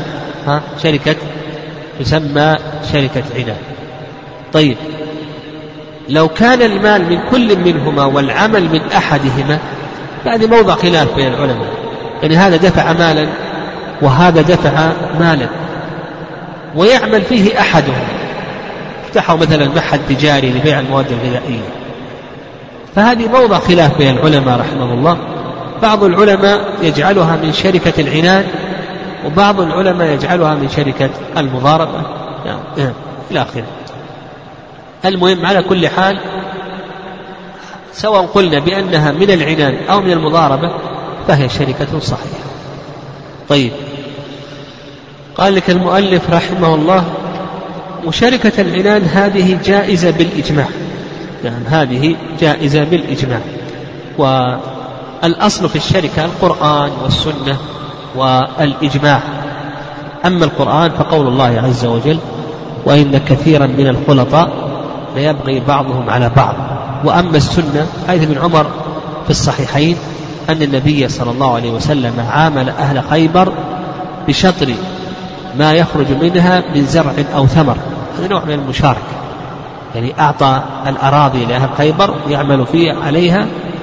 B: تسمى شركة عنان. طيب، لو كان المال من كل منهما والعمل من أحدهما فهذه موضع خلاف بين العلماء، يعني هذا دفع مالا وهذا دفع مالا ويعمل فيه أحدهم، افتحوا مثلا محل تجاري لبيع المواد الغذائية، فهذه موضع خلاف بين العلماء رحمه الله. بعض العلماء يجعلها من شركة العنان، وبعض العلماء يجعلها من شركة المضاربة إلى آخره. المهم على كل حال سواء قلنا بأنها من العنان أو من المضاربة فهي شركة صحيحة. طيب، قال لك المؤلف رحمه الله: وشركة العنان هذه جائزة بالإجماع، هذه جائزة بالإجماع. والأصل في الشركة القرآن والسنة والإجماع. أما القرآن فقول الله عز وجل: وإن كثيرا من الخلطاء ليبغي بعضهم على بعض. وأما السنة حيث ابن عمر في الصحيحين أن النبي صلى الله عليه وسلم عامل أهل خيبر بشطر ما يخرج منها من زرع أو ثمر، هذا نوع من المشاركة، يعني أعطى الأراضي لأهل خيبر يعمل فيها عليها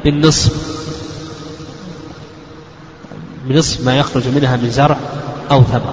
B: بنصف ما يخرج منها من زرع أو ثمر.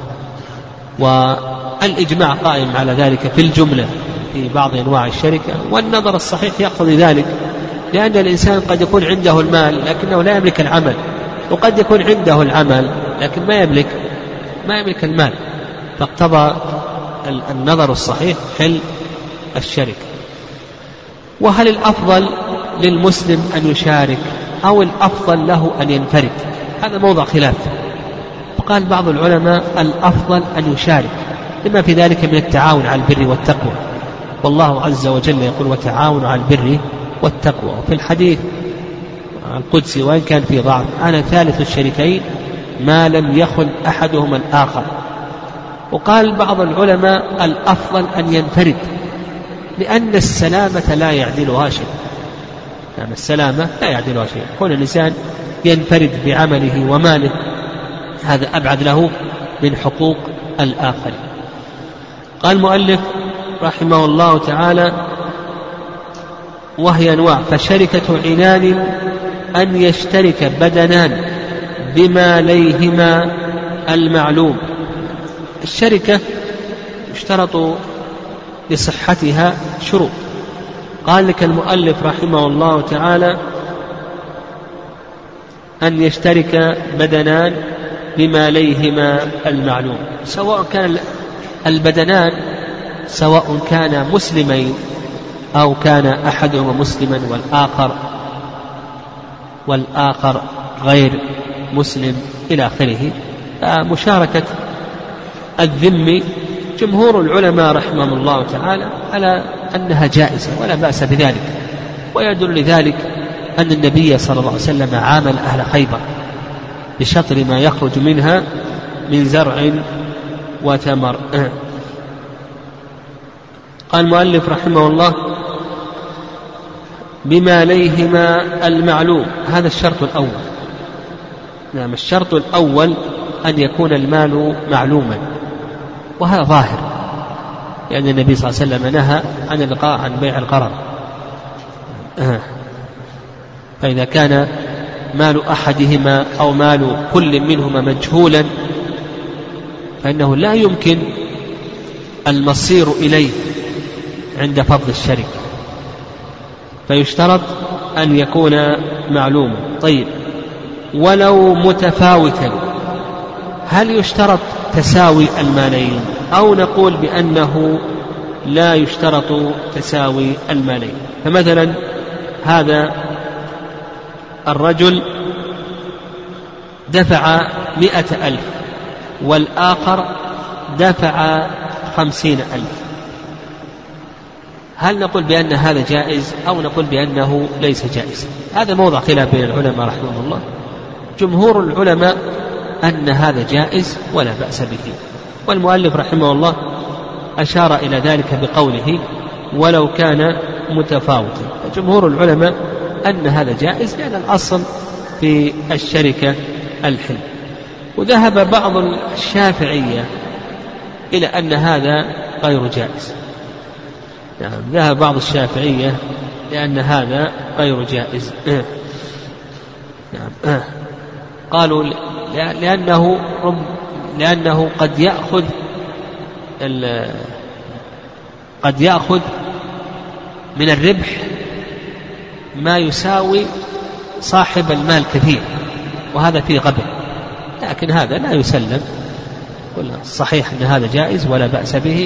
B: والإجماع قائم على ذلك في الجملة في بعض أنواع الشركة، والنظر الصحيح يقتضي ذلك، لأن الإنسان قد يكون عنده المال لكنه لا يملك العمل، وقد يكون عنده العمل لكن ما يملك المال، فاقتضى النظر الصحيح حل الشركة. وهل الأفضل للمسلم أن يشارك أو الأفضل له أن ينفرد؟ هذا موضع خلاف. وقال بعض العلماء الأفضل أن يشارك لما في ذلك من التعاون على البر والتقوى، والله عز وجل يقول وتعاونوا على البر والتقوى. وفي الحديث القدسي وإن كان في ضعف أنا ثالث الشريكين ما لم يخل أحدهما الآخر. وقال بعض العلماء الأفضل أن ينفرد، لأن السلامة لا يعدلها شيء، يعني السلامة لا يعدلها شيء. كون الإنسان ينفرد بعمله وماله هذا أبعد له من حقوق الآخر. قال المؤلف رحمه الله تعالى وهي أنواع: فشركة عنان أن يشترك بدنان بماليهما المعلوم. الشركة يشترط لصحتها شروط. قال لك المؤلف رحمه الله تعالى أن يشترك بدنان بماليهما المعلوم، سواء كان البدنان سواء كان مسلمين أو كان أحدهما مسلما والآخر غير مسلم إلى آخره. مشاركة الذم جمهور العلماء رحمهم الله تعالى على أنها جائزة ولا بأس بذلك، ويدل لذلك أن النبي صلى الله عليه وسلم عامل أهل خيبر بشطر ما يخرج منها من زرع وتمر. قال المؤلف رحمه الله بماليهما المعلوم، هذا الشرط الأول. نعم، الشرط الأول أن يكون المال معلوما، وهذا ظاهر لأن النبي صلى الله عليه وسلم نهى عن اللقاء عن بيع القرار. فإذا كان مال أحدهما أو مال كل منهما مجهولا فإنه لا يمكن المصير إليه عند فضل الشركة، فيشترط أن يكون معلوما. طيب، ولو متفاوتا، هل يشترط تساوي المالين أو نقول بأنه لا يشترط تساوي المالين؟ فمثلا هذا الرجل دفع 100,000 والآخر دفع 50,000، هل نقول بأن هذا جائز أو نقول بأنه ليس جائز؟ هذا موضع خلاف بين العلماء رحمهم الله. جمهور العلماء أن هذا جائز ولا بأس به، والمؤلف رحمه الله أشار إلى ذلك بقوله ولو كان متفاوتا. جمهور العلماء أن هذا جائز لأن الأصل في الشركة الحل. وذهب بعض الشافعية إلى أن هذا غير جائز، يعني ذهب بعض الشافعية لأن هذا غير جائز. قالوا لأنه قد يأخذ من الربح ما يساوي صاحب المال كثير، وهذا فيه غبن، لكن هذا لا يسلم. الصحيح أن هذا جائز ولا بأس به.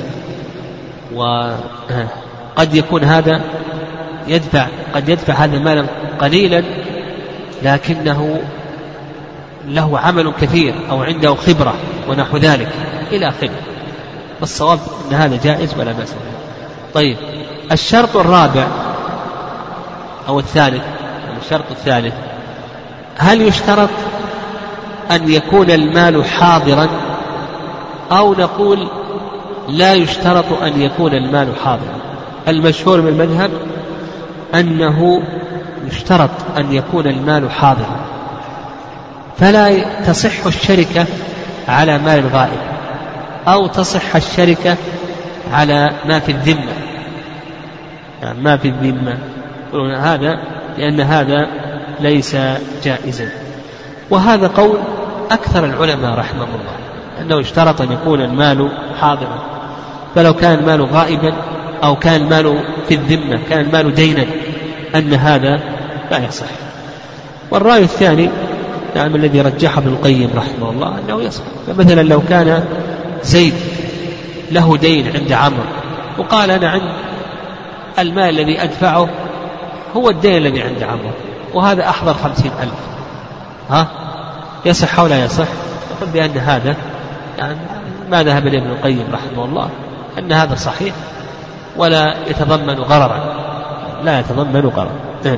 B: وقد يكون هذا قد يدفع هذا المال قليلا لكنه له عمل كثير أو عنده خبرة ونحو ذلك إلى آخره، والصواب أن هذا جائز ولا بأس به. طيب، الشرط الرابع أو الثالث، الشرط الثالث، هل يشترط أن يكون المال حاضرا أو نقول لا يشترط أن يكون المال حاضرا؟ المشهور من المذهب أنه يشترط أن يكون المال حاضرا، فلا تصح الشركة على مال الغائب أو تصح الشركة على ما في الذمة، يعني ما في الذمة. هذا لأن هذا ليس جائزا. وهذا قول أكثر العلماء رحمه الله، أنه اشترط أن يكون المال حاضرا، فلو كان المال غائبا أو كان المال في الذمة، كان المال دينا، أن هذا لا يصح. والرأي الثاني نعم الذي رجحه ابن القيم رحمه الله أنه يصح. فمثلا لو كان زيد له دين عند عمرو وقال أنا عند المال الذي أدفعه هو الدين الذي عند عمرو وهذا أحضر 50,000، يصح أو لا يصح؟ يقول بأن هذا يعني ما ذهب إليه ابن القيم رحمه الله أن هذا صحيح ولا يتضمن غررا، لا يتضمن غررا.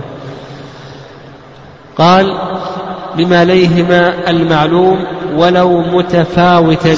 B: قال بماليهما المعلوم ولو متفاوتا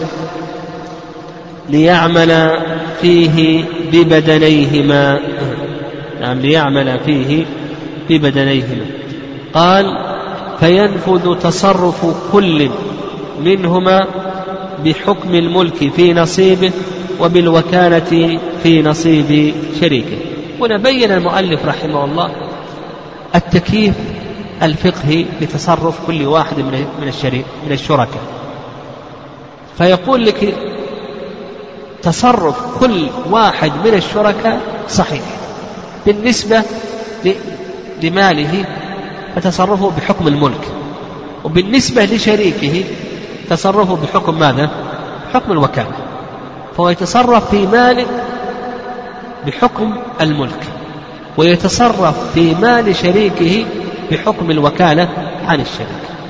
B: ليعمل فيه ببدنيهما. نعم ليعمل فيه ببدنيهما. قال فينفذ تصرف كل منهما بحكم الملك في نصيبه وبالوكالة في نصيب شريكه. ونبين المؤلف رحمه الله التكييف الفقهي لتصرف كل واحد من الشركاء، فيقول لك تصرف كل واحد من الشركاء صحيح بالنسبة لماله فتصرفه بحكم الملك، وبالنسبة لشريكه تصرفه بحكم ماذا؟ بحكم الوكالة، فهو يتصرف في ماله بحكم الملك ويتصرف في مال شريكه بحكم الوكالة عن الشريك.